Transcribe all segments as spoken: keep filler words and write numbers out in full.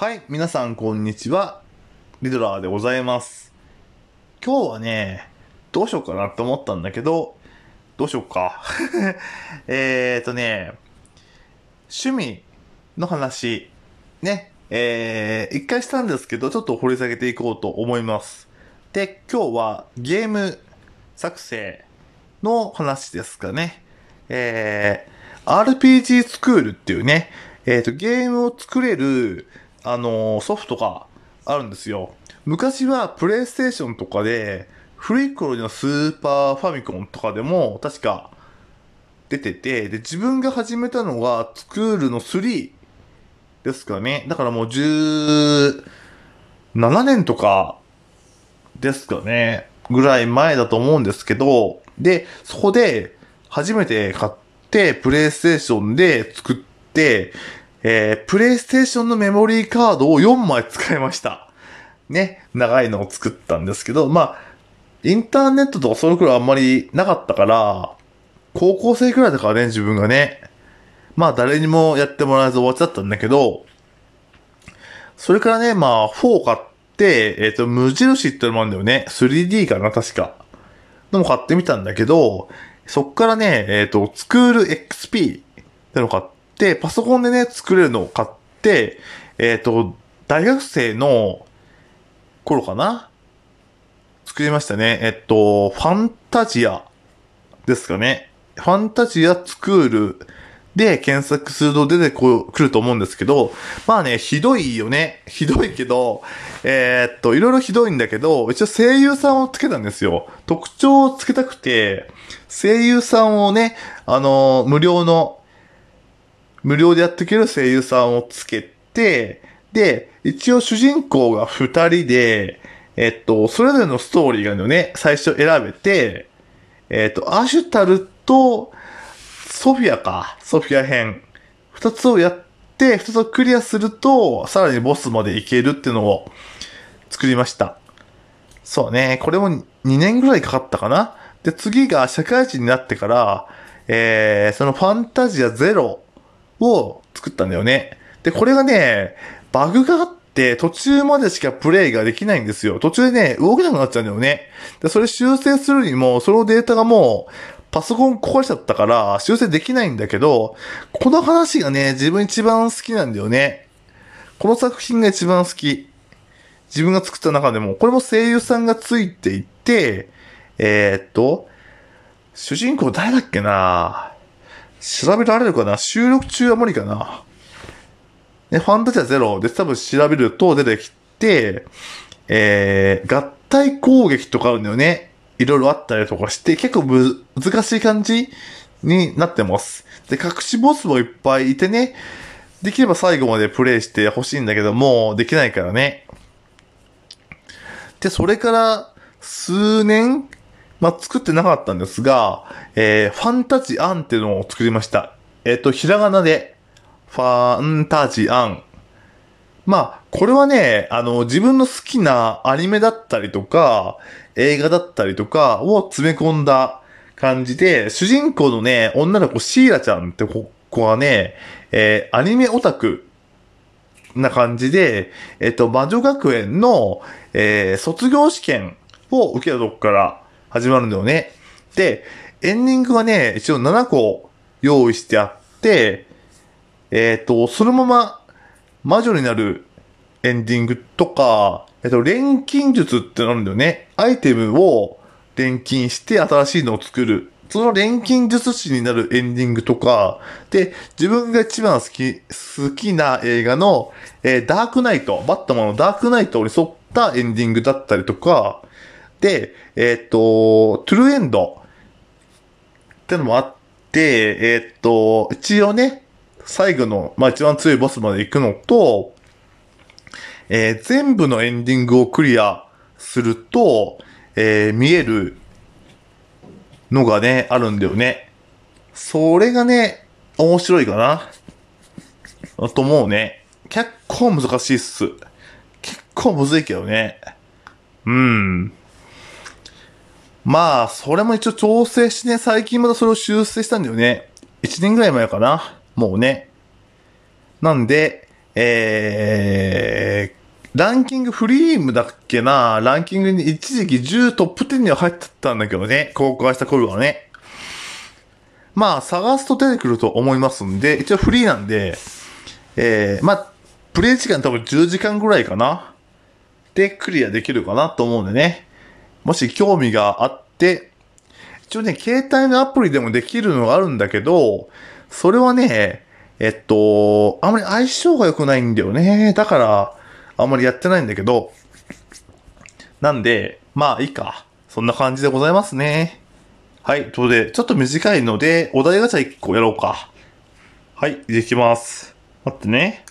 はい、皆さんこんにちは。リドラーでございます。今日はね、どうしようかなと思ったんだけど、どうしようか。えーとね、趣味の話、ね、えー、一回したんですけど、ちょっと掘り下げていこうと思います。で、今日はゲーム作成の話ですかね。えー、アールピージー スクールっていうね、えーと、ゲームを作れる、あのーソフトがあるんですよ。昔はプレイステーションとかで、古い頃のスーパーファミコンとかでも確か出てて、で、自分が始めたのがスクールのスリーですかね。だからもうじゅうななねんとかですかね。ぐらい前だと思うんですけど、で、そこで初めて買って、プレイステーションで作って、えー、プレイステーションのメモリーカードをよんまい使いました。ね、長いのを作ったんですけど、まあ、インターネットとかその頃あんまりなかったから、高校生くらいだからね、自分がね。まあ、誰にもやってもらえず終わっちゃったんだけど、それからね、まあ、フォー買って、えっ、と、無印ってのもあるんだよね。スリーディー かな、確か。のも買ってみたんだけど、そっからね、えっ、と、スクール エックスピー ってのを買って、パソコンでね、作れるのを買って、えっ、と、大学生の頃かな作りましたね。えっと、ファンタジアですかね。ファンタジアスクールで検索すると出てくると思うんですけど、まあね、ひどいよね。ひどいけど、えーっと、いろいろひどいんだけど、一応声優さんをつけたんですよ。特徴をつけたくて、声優さんをね、あのー無料の、無料でやってくれる声優さんをつけて、で、一応主人公が二人で、えっと、それぞれのストーリーがあるのね、最初選べて、えっと、アシュタルと、ソフィアか。ソフィア編。二つをやって、二つをクリアすると、さらにボスまでいけるっていうのを作りました。そうね。これもにねんぐらいかかったかな。で、次が社会人になってから、えー、そのファンタジアゼロを作ったんだよね。で、これがね、バグがあって、途中までしかプレイができないんですよ。途中でね、動けなくなっちゃうんだよね。で、それ修正するにも、そのデータがもう、パソコン壊れちゃったから、修正できないんだけど、この話がね、自分一番好きなんだよね。この作品が一番好き。自分が作った中でも、これも声優さんがついていて、えー、っと、主人公誰だっけな調べられるかな収録中は無理かなね、ファンタジアゼロで多分調べると出てきて、えー、合体攻撃とかあるんだよね。いろいろあったりとかして、結構む、難しい感じになってます。で、隠しボスもいっぱいいてね、できれば最後までプレイしてほしいんだけども、できないからね。で、それから数年、まあ、作ってなかったんですが、えー、ファンタジアンっていうのを作りました。えっ、と、ひらがなで、ファンタジアン。まあ、これはね、あの、自分の好きなアニメだったりとか、映画だったりとかを詰め込んだ感じで、主人公のね、女の子シーラちゃんって子子はね、えーアニメオタクな感じで、えっと、魔女学園の、えー卒業試験を受けたとこから始まるんだよね。で、エンディングはね、一応ななこ用意してあって、えっと、そのまま魔女になるエンディングとか、えっと、錬金術ってなるんだよね。アイテムを錬金して新しいのを作る。その錬金術師になるエンディングとか、で、自分が一番好き、好きな映画の、えーダークナイト、バットマンのダークナイトに沿ったエンディングだったりとか、で、えっと、トゥルーエンドってのもあって、えっと、一応ね、最後の、まあ一番強いボスまで行くのと、えー全部のエンディングをクリアすると、えー見えるのがね、あるんだよね。それがね、面白いかな。と思うね。結構難しいっす。結構むずいけどね。うん。まあ、それも一応調整してね、最近またそれを修正したんだよね。いちねんぐらい前かな。もうね。なんで、 えー、ランキングフリームだっけな、ランキングに一時期じゅうトップじゅうには入ってたんだけどね、公開した頃はね。まあ、探すと出てくると思いますんで、一応フリーなんで、えー、まあ、プレイ時間多分じゅうじかんぐらいかな。で、クリアできるかなと思うんでね。もし興味があって、一応ね、携帯のアプリでもできるのがあるんだけど、それはね、えっと、あんまり相性が良くないんだよね。だから、あんまりやってないんだけど。なんで、まあいいか。そんな感じでございますね。はい。ということで、ちょっと短いので、お題ガチャいっこやろうか。はい。できます。待ってね。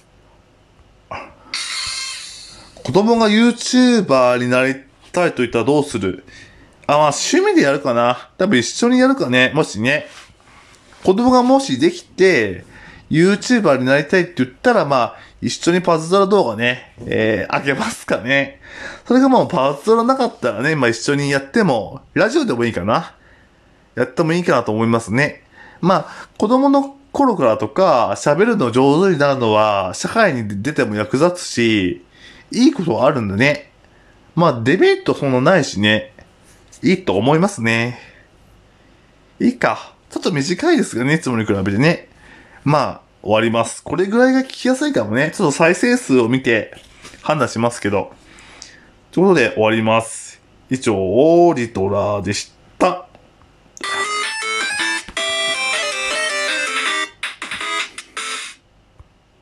子供が YouTuber になりたいと言ったらどうする？あ、まあ趣味でやるかな。多分一緒にやるかね。もしね。子供がもしできて、YouTuber になりたいって言ったら、まあ、一緒にパズドラ動画ね、えー、あげますかね。それがもうパズドラなかったらね、まあ一緒にやっても、ラジオでもいいかな。やってもいいかなと思いますね。まあ、子供の頃からとか、喋るの上手になるのは、社会に出ても役立つし、いいことはあるんだね。まあ、デメリットそんなないしね。いいと思いますね。いいか。ちょっと短いですがね、いつもに比べてね。まあ、終わります。これぐらいが聞きやすいかもね。ちょっと再生数を見て判断しますけど。ということで終わります。以上、リトラーでした。